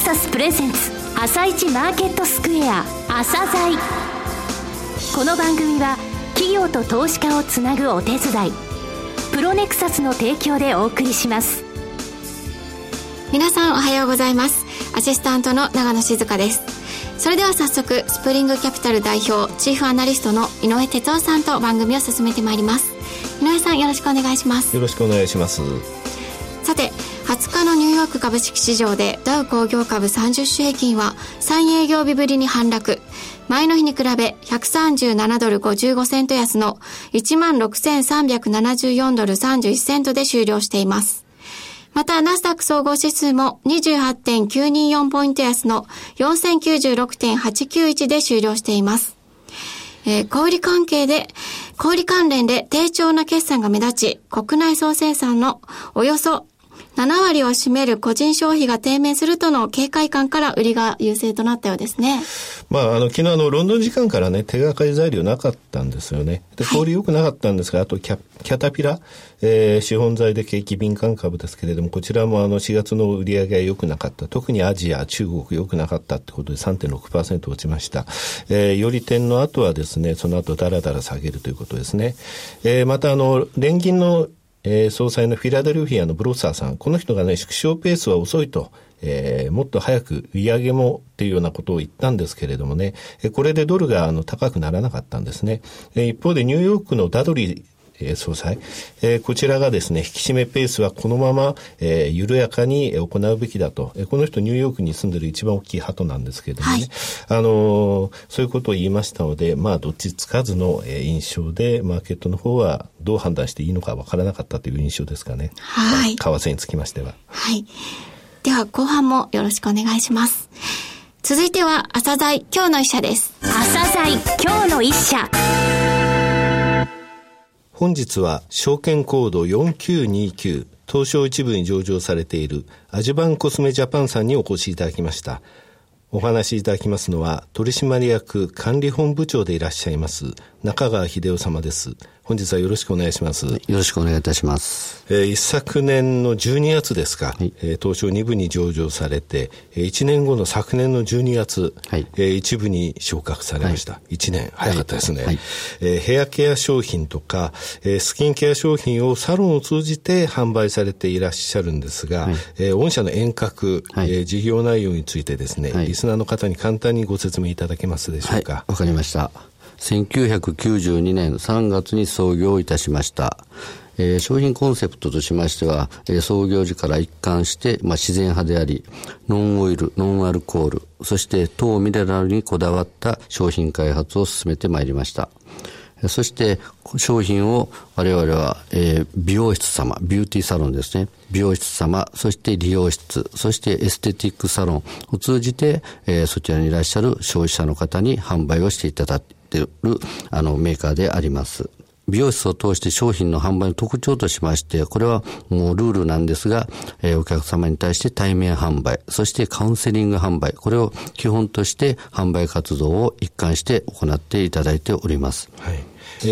サスプレゼンツ朝市マーケットスクエア朝鮮。この番組は企業と投資家をつなぐお手伝い、プロネクサスの提供でお送りします。 皆さんおはようございます。アシスタントの長野静香です。それでは早速、スプリングキャピタル代表チーフアナリストの井上哲夫さんと番組を進めてまいります。井上さん、よろしくお願いします。 よろしくお願いします。 さて、20日のニューヨーク株式市場でダウ工業株30種平均は3営業日ぶりに反落、前の日に比べ137ドル55セント安の 16,374 ドル31セントで終了しています。またナスダック総合指数も 28.924 ポイント安の 4096.891 で終了しています。小売関連で低調な決算が目立ち、国内総生産のおよそ7割を占める個人消費が低迷するとの警戒感から売りが優勢となったようですね。 昨日ロンドン時間からね、手がかり材料なかったんですよね。で、小売良くなかったんですが、あとキャタピラ、資本財で景気敏感株ですけれども、こちらも4月の売り上げが良くなかった。特にアジア、中国良くなかったってことで 3.6% 落ちました。より点の後はですね、その後ダラダラ下げるということですね。また連銀の総裁のフィラデルフィアのブロッサーさん、この人がね、縮小ペースは遅いと、もっと早く売り上げもっていうようなことを言ったんですけれどもね、これでドルが高くならなかったんですね。一方でニューヨークのダドリー総裁、こちらがですね、引き締めペースはこのまま、緩やかに行うべきだと。この人ニューヨークに住んでる一番大きい鳩なんですけれどもね、そういうことを言いましたので、どっちつかずの印象で、マーケットの方はどう判断していいのかわからなかったという印象ですかね。 はい。 為替につきましては。 はい。では後半もよろしくお願いします。続いては朝鮮今日の一社です。 朝鮮今日の一社。 本日は証券コード4929東証一部に上場されているアジバンコスメジャパンさんにお越しいただきました。お話しいただきますのは取締役管理本部長でいらっしゃいます中川秀夫様です。本日はよろしくお願いします。 よろしくお願いいたします。 一昨年の12月ですか、はい、東証2部に上場されて1年後の昨年の12月、はい、一部に昇格されました、はい、1年早かったですね、はい、ヘアケア商品とかスキンケア商品をサロンを通じて販売されていらっしゃるんですが、はい、御社の遠隔、はい、事業内容についてですね、はい、リスナーの方に簡単にご説明いただけますでしょうか。 はい、わかりました。1992年3月に創業いたしました。商品コンセプトとしましては、創業時から一貫して、自然派であり、ノンオイル、ノンアルコール、そして糖ミネラルにこだわった商品開発を進めてまいりました。そして商品を我々は、美容室様、ビューティーサロンですね。美容室様、そして理容室、そしてエステティックサロンを通じて、そちらにいらっしゃる消費者の方に販売をしていただいているメーカーであります。美容室を通して商品の販売の特徴としまして、これはもうルールなんですが、お客様に対して対面販売、そしてカウンセリング販売、これを基本として販売活動を一貫して行っていただいております。 はい。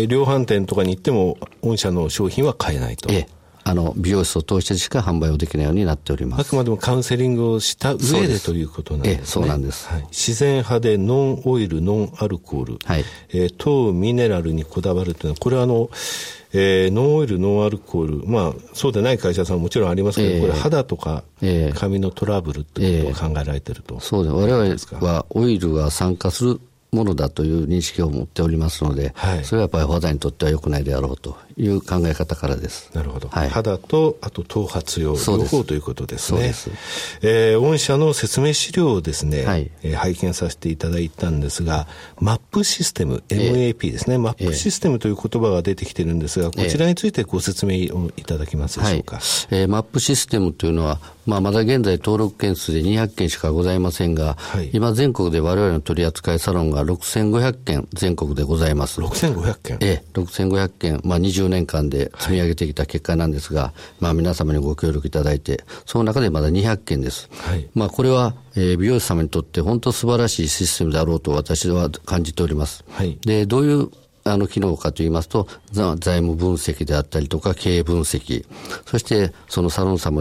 量販店とかに行っても御社の商品は買えないと。 美容室を通してしか販売をできないようになっております。 あくまでもカウンセリングをした上でということなんですね。 そうなんです。 はい、自然派でノンオイル、ノンアルコール、はい、糖ミネラルにこだわるというのは、これはノンオイル、ノンアルコール、そうでない会社さんももちろんありますけど、これ肌とか髪のトラブルということが考えられていると。 そうです。我々はオイルが酸化するものだという認識を持っておりますので、はい、それはやっぱり肌にとっては良くないであろうという考え方からです。 なるほど。はい、肌とあと頭髪用両方ということですね。 そうです。 御社の説明資料をですね、はい、拝見させていただいたんですが、マップシステム MAP ですね、マップシステムという言葉が出てきているんですが、こちらについてご説明をいただけますでしょうか。 はい、マップシステムというのは、まだ現在登録件数で200件しかございませんが、はい、今全国で我々の取扱いサロンが6500件全国でございます。 6500件 6500件、20年間で積み上げてきた結果なんですが、皆様にご協力いただいて、その中でまだ200件です。はい、これは、美容師様にとって本当素晴らしいシステムであろうと私は感じております。はい、で、どういう機能かと言いますと、財務分析であったりとか経営分析、そしてそのサロン様で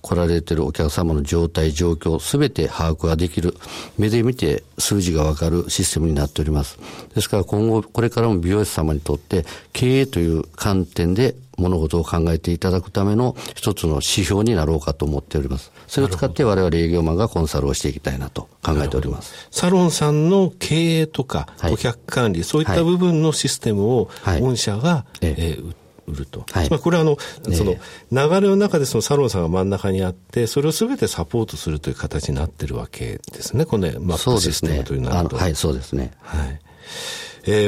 来られているお客様の状態、状況、すべて把握ができる、目で見て数字がわかるシステムになっております。ですから今後、これからも美容師様にとって経営という観点で物事を考えていただくための一つの指標になろうかと思っております。それを使って我々営業マンがコンサルをしていきたいなと考えております。 サロンさんの経営とか顧客管理、そういった部分のシステムを御社が、売ると。 はい、 これはその流れの中でそのサロンさんが真ん中にあって、それを全てサポートするという形になっているわけですね。このマップシステムというのは。 はい、そうですね。 はい。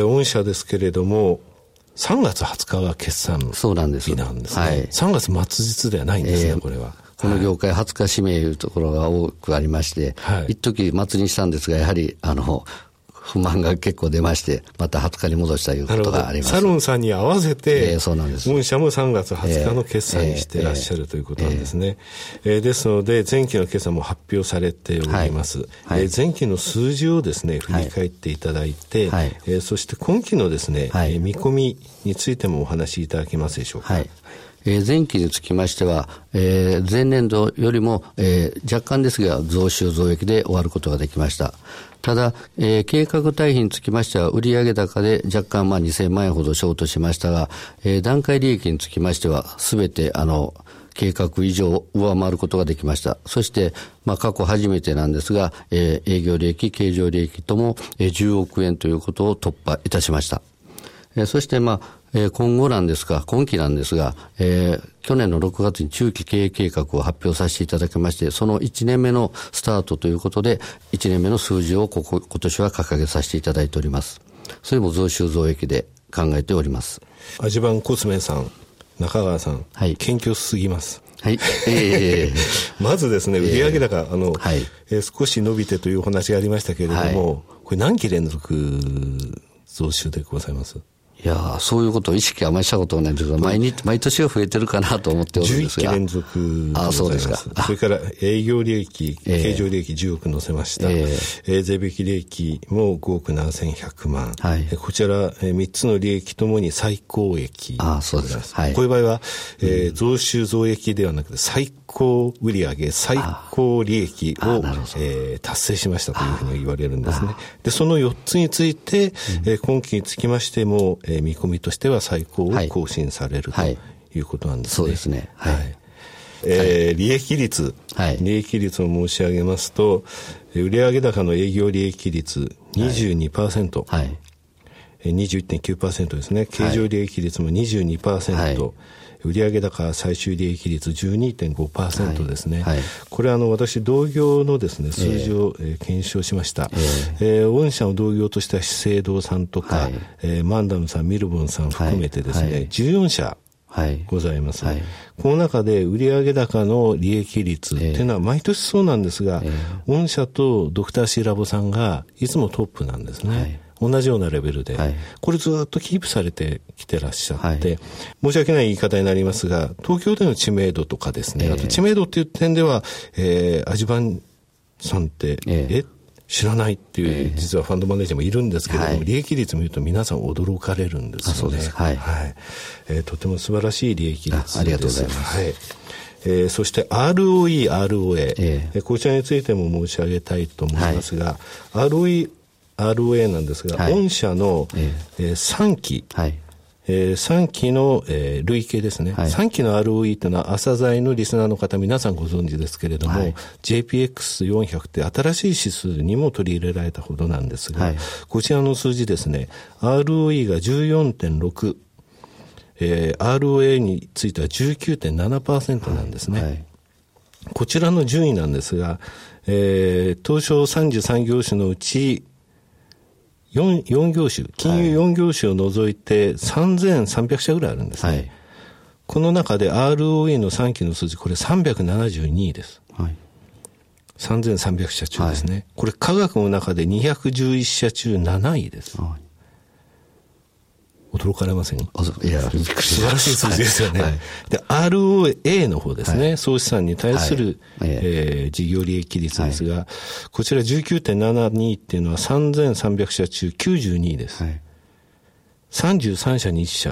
御社ですけれども、3月20日が決算日なんですね。 はい、 3月末日ではないんですね、これは。 この業界20日指名いうところが多くありまして、一時末にしたんですが、やはり不満が結構出まして、また20日に戻したということがあります。 サロンさんに合わせて、 そうなんです。 御社も3月20日の決算にしていらっしゃるということなんですね。ですので、前期の決算も発表されております。前期の数字をですね、振り返っていただいて、そして今期のですね、見込みについてもお話しいただけますでしょうか。 前期につきましては、前年度よりも、若干ですが増収増益で終わることができました。ただ、計画対比につきましては売上高で若干2000万円ほどショートしましたが、段階利益につきましては全て計画以上上回ることができました。そして、過去初めてなんですが、営業利益、経常利益とも10億円ということを突破いたしました。そして今後なんですが、今期なんですが、去年の6月に中期経営計画を発表させていただきまして、その1年目のスタートということで、1年目の数字を今年は掲げさせていただいております。それも増収増益で考えております。 アジバンコスメさん、中川さん、謙虚すぎます。 はい。 まずですね、売上高、少し伸びてというお話がありましたけれども、これ何期連続増収でございます？ いやそういうことを意識あまりしたことがないんですけど、毎年は増えてるかなと思っておるんですが。 11期連続でございます。そうですか。それから営業利益、経常利益10億載せました。税引き利益も5億7100万。こちら、3つの利益ともに最高益。 そうです。 こういう場合は、増収増益ではなくて最高売上、最高利益を、達成しましたというふうに言われるんですね。で、その4つについて、今期につきましても、見込みとしては最高を更新されるということなんですね。 そうですね。 利益率。利益率を申し上げますと、売上高の営業利益率 22%。21.9% ですね。経常利益率も 22%。売上高最終利益率 12.5% ですね。これは私同業のですね数字を、検証しました。御社の同業としては資生堂さんとか、マンダムさん、ミルボンさん含めてですね、14社ございます。この中で売上高の利益率っていうのは毎年そうなんですが、御社とドクターシーラボさんがいつもトップなんですね。同じようなレベルで、これずっとキープされてきてらっしゃって、申し訳ない言い方になりますが、東京での知名度とかですね、あと知名度っていう点では、アジバンさんって、知らないっていう、実はファンドマネージャーもいるんですけれども、利益率見ると皆さん驚かれるんですよね。とても素晴らしい利益率です。 ありがとうございます。 そして ROE、ROA、こちらについても申し上げたいと思いますが、ROE、ROA なんですが、御社の、3期、3期の、累計ですね。3期の ROE というのは朝鮮のリスナーの方皆さんご存知ですけれども、JPX400 って新しい指数にも取り入れられたほどなんですが、こちらの数字ですね、ROE が 14.6、ROA については 19.7% なんですね。こちらの順位なんですが、東証33業種のうち4業種、金融4業種を除いて3300社ぐらいあるんですね。この中で ROE の3期の数字、これ372位です。3300社中ですね。これ科学の中で211社中7位です。驚かれません？いや、素晴らしい数字ですよね。で、ROA の方ですね、総資産に対する、事業利益率ですが、こちら 19.72 っていうのは3300社中92位です。33社に1社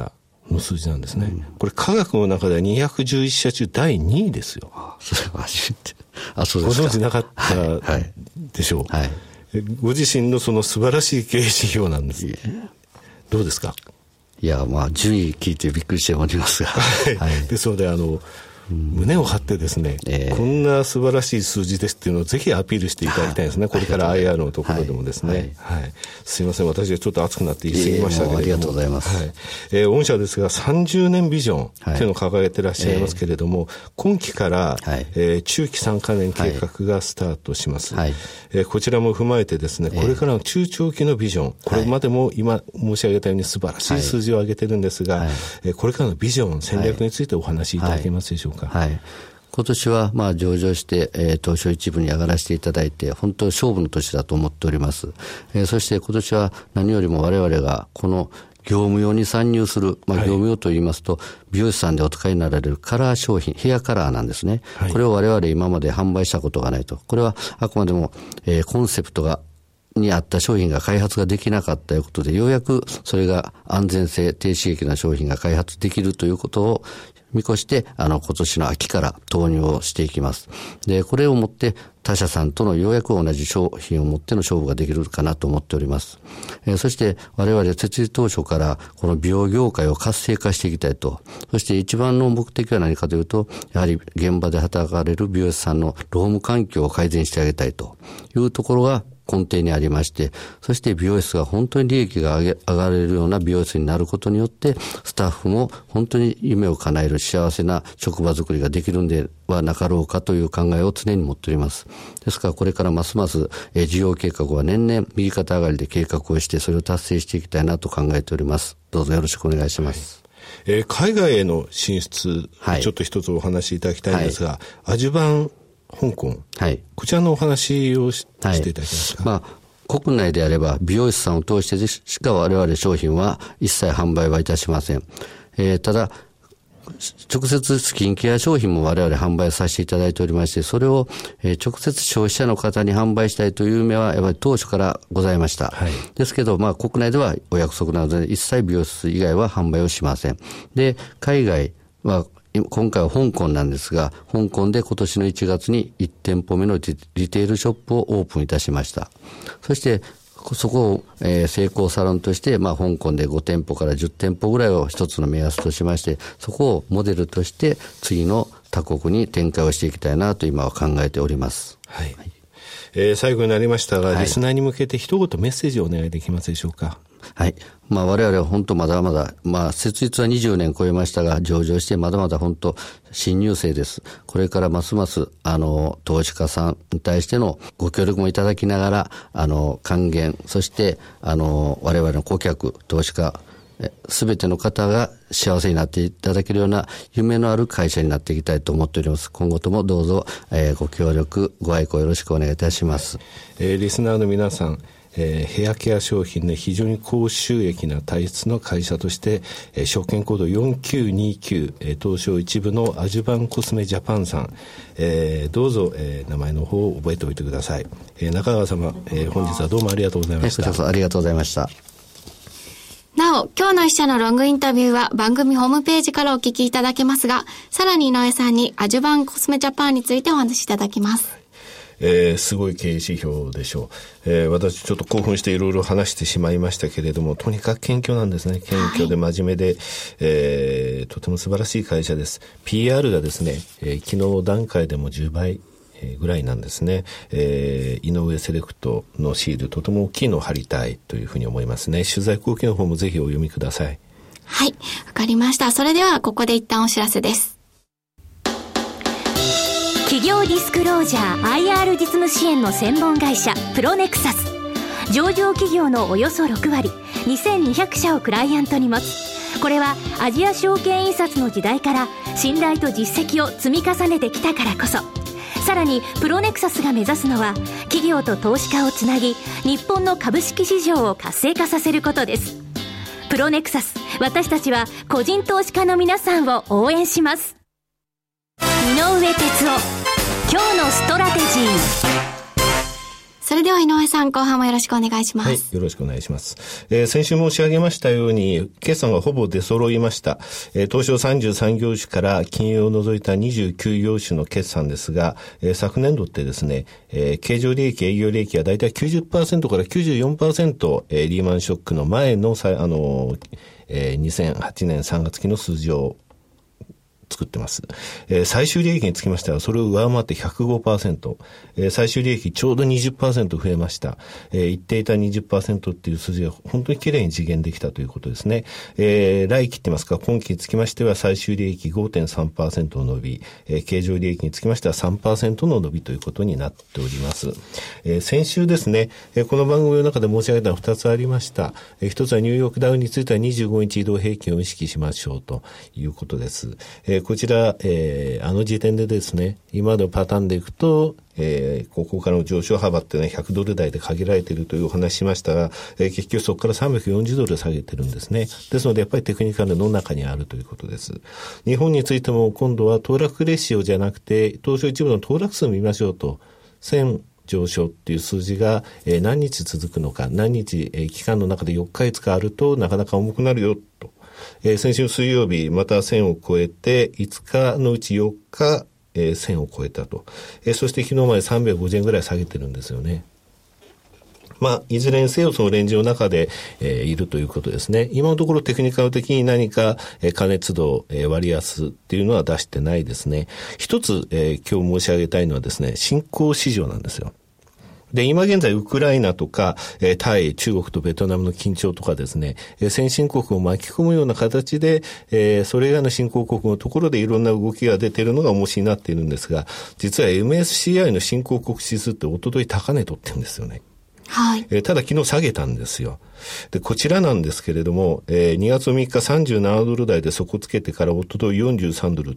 の数字なんですね。これ科学の中では211社中第2位ですよ。 それは初めて。そうですか。 ご存知なかったでしょう。はい。ご自身のその素晴らしい経営指標なんです。どうですか？ いや、順位聞いてびっくりしておりますが。 はい。ですので、胸を張ってですね、こんな素晴らしい数字ですっていうのをぜひアピールしていただきたいですね。これから IR のところでもですね。はい。すいません。私はちょっと熱くなって言い過ぎましたけれども。 ありがとうございます。 はい。御社ですが30年ビジョンというのを掲げてらっしゃいますけれども、今期から、中期3カ年計画がスタートします。はい。こちらも踏まえてですね、これからの中長期のビジョン、これまでも今申し上げたように素晴らしい数字を上げてるんですが、これからのビジョン、戦略についてお話しいただけますでしょうか。 はい。今年は上場して、東証一部に上がらせていただいて、本当勝負の年だと思っております。そして今年は何よりも我々がこの業務用に参入する、業務用と言いますと、美容師さんでお使いになられるカラー商品、ヘアカラーなんですね。はい、これを我々今まで販売したことがないと。これはあくまでも、コンセプトに合った商品が開発ができなかったということで、ようやくそれが安全性、低刺激な商品が開発できるということを見越して、今年の秋から投入をしていきます。で、これをもって他社さんとのようやく同じ商品を持っての勝負ができるかなと思っております。そして我々設立当初からこの美容業界を活性化していきたいと。そして一番の目的は何かというと、やはり現場で働かれる美容師さんの労務環境を改善してあげたいというところが根底にありまして、そして美容室が本当に利益が上がれるような美容室になることによって、スタッフも本当に夢を叶える幸せな職場づくりができるんではなかろうかという考えを常に持っております。ですからこれからますます事業計画は年々右肩上がりで計画をして、それを達成していきたいなと考えております。どうぞよろしくお願いします。 海外への進出、ちょっと一つお話しいただきたいんですが、アジュバン香港、こちらのお話をしていただけますか。 国内であれば美容師さんを通してしか我々商品は一切販売はいたしません。ただ直接スキンケア商品も我々販売させていただいておりまして、それを直接消費者の方に販売したいという夢はやっぱり当初からございました。ですけど国内ではお約束なので一切美容室以外は販売をしません。で、海外は今回は香港なんですが、香港で今年の1月に1店舗目のリテールショップをオープンいたしました。そしてそこを、成功サロンとして、香港で5店舗から10店舗ぐらいを一つの目安としまして、そこをモデルとして次の他国に展開をしていきたいなと今は考えております。 最後になりましたが、リスナーに向けて一言メッセージをお願いできますでしょうか。 はい。我々は本当まだまだ、設立は20年超えましたが、上場してまだまだ本当新入生です。これからますます、投資家さんに対してのご協力もいただきながら、還元、そして、我々の顧客、投資家、すべての方が幸せになっていただけるような夢のある会社になっていきたいと思っております。今後ともどうぞ、ご協力、ご愛顧よろしくお願いいたします。 リスナーの皆さん、ヘアケア商品で非常に高収益な体質の会社として、証券コード4929、東証一部のアジュバンコスメジャパンさん、どうぞ、名前の方を覚えておいてください。中川様、本日はどうもありがとうございました。 こちらこそありがとうございました。 なお、今日の一社のロングインタビューは番組ホームページからお聞きいただけますが、さらに井上さんにアジュバンコスメジャパンについてお話しいただきます。 すごい経営指標でしょう。私ちょっと興奮していろいろ話してしまいましたけれども、とにかく謙虚なんですね。謙虚で真面目で、とても素晴らしい会社です。PR がですね、昨日段階でも10倍ぐらいなんですね。井上セレクトのシール、とても大きいのを貼りたいというふうに思いますね。取材後期の方もぜひお読みください。 はい、わかりました。それではここで一旦お知らせです。 企業ディスクロージャー IR 実務支援の専門会社プロネクサス。上場企業のおよそ6割、2200社をクライアントに持つ。これはアジア証券印刷の時代から信頼と実績を積み重ねてきたからこそ。さらにプロネクサスが目指すのは、企業と投資家をつなぎ、日本の株式市場を活性化させることです。プロネクサス、私たちは個人投資家の皆さんを応援します。井上哲夫、今日のストラテジー。 それでは井上さん、後半もよろしくお願いします。 はい、よろしくお願いします。先週申し上げましたように、決算がほぼ出揃いました。東証33業種から金融を除いた29業種の決算ですが、昨年度ってですね、経常利益、営業利益はだいたい 90% から 94%、リーマンショックの前の2008年3月期の数字を作ってます。最終利益につきましてはそれを上回って 105%、最終利益ちょうど 20% 増えました。言っていた 20% っていう数字が本当にきれいに実現できたということですね。来期って言いますか、今期につきましては最終利益 5.3% の伸び、経常利益につきましては 3% の伸びということになっております。先週ですね、この番組の中で申し上げたのは2つありました。1つはニューヨークダウについては25日移動平均を意識しましょうということです。こちら、あの時点でですね、今までのパターンでいくと、ここからの上昇幅ってね、100ドル台で限られているというお話しましたが、結局そこから340ドル下げてるんですね。ですのでやっぱりテクニカルの中にあるということです。日本についても今度は騰落レシオじゃなくて、東証一部の騰落数を見ましょうと。1000上昇っていう数字が何日続くのか、何日期間の中で4日5日あるとなかなか重くなるよと。先週水曜日また1000を超えて5日のうち4日、1000を超えたと。そして昨日まで350円ぐらい下げてるんですよね。いずれにせよそのレンジの中で、いるということですね。今のところテクニカル的に何か、過熱度、割安っていうのは出してないですね。一つ、今日申し上げたいのはですね、新興市場なんですよ。で、今現在ウクライナとか、タイ、中国とベトナムの緊張とかですね、先進国を巻き込むような形で、それ以外の新興国のところでいろんな動きが出ているのが重しになっているんですが、実は MSCI の新興国指数って一昨日高値取ってるんですよね。 はい。 ただ昨日下げたんですよ。で、こちらなんですけれども、2月3日37ドル台で底つけてからおととい43ドルって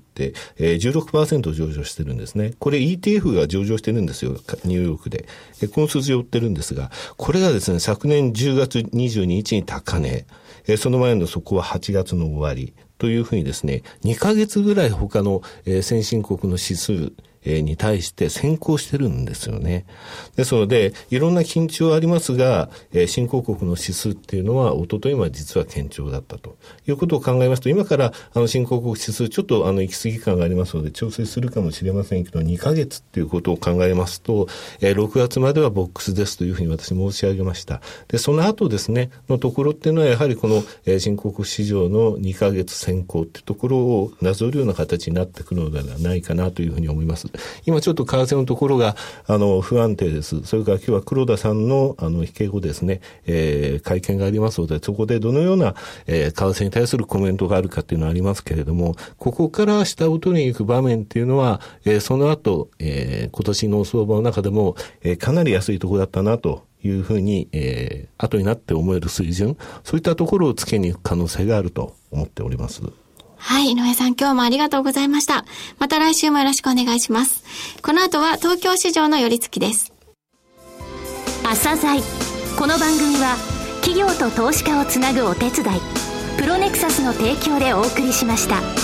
、16% 上昇してるんですね。これ ETF が上場してるんですよ。ニューヨークで。この数字を追ってるんですが、これがですね、昨年10月22日に高値、その前の底は8月の終わりというふうにですね、2ヶ月ぐらい他の、先進国の指数に対して先行してるんですよね。ですので、いろんな緊張ありますが、新興国の指数っていうのは、一昨日まで実は堅調だったということを考えますと、今から新興国指数、ちょっと行き過ぎ感がありますので、調整するかもしれませんけど、2ヶ月っていうことを考えますと、6月まではボックスですというふうに私申し上げました。で、その後ですね、のところっていうのは、やはりこの、新興国市場の2ヶ月先行っていうところをなぞるような形になってくるのではないかなというふうに思います。今ちょっと為替のところが不安定です。それから今日は黒田さんの引け後ですね、会見がありますので、そこでどのような、為替に対するコメントがあるかっていうのはありますけれども、ここから下を取りに行く場面っていうのは、その後、今年の相場の中でも、かなり安いところだったなというふうに、後になって思える水準、そういったところをつけに行く可能性があると思っております。 はい、井上さん今日もありがとうございました。また来週もよろしくお願いします。この後は東京市場の寄り付きです。 朝鮮。この番組は企業と投資家をつなぐお手伝い、プロネクサスの提供でお送りしました。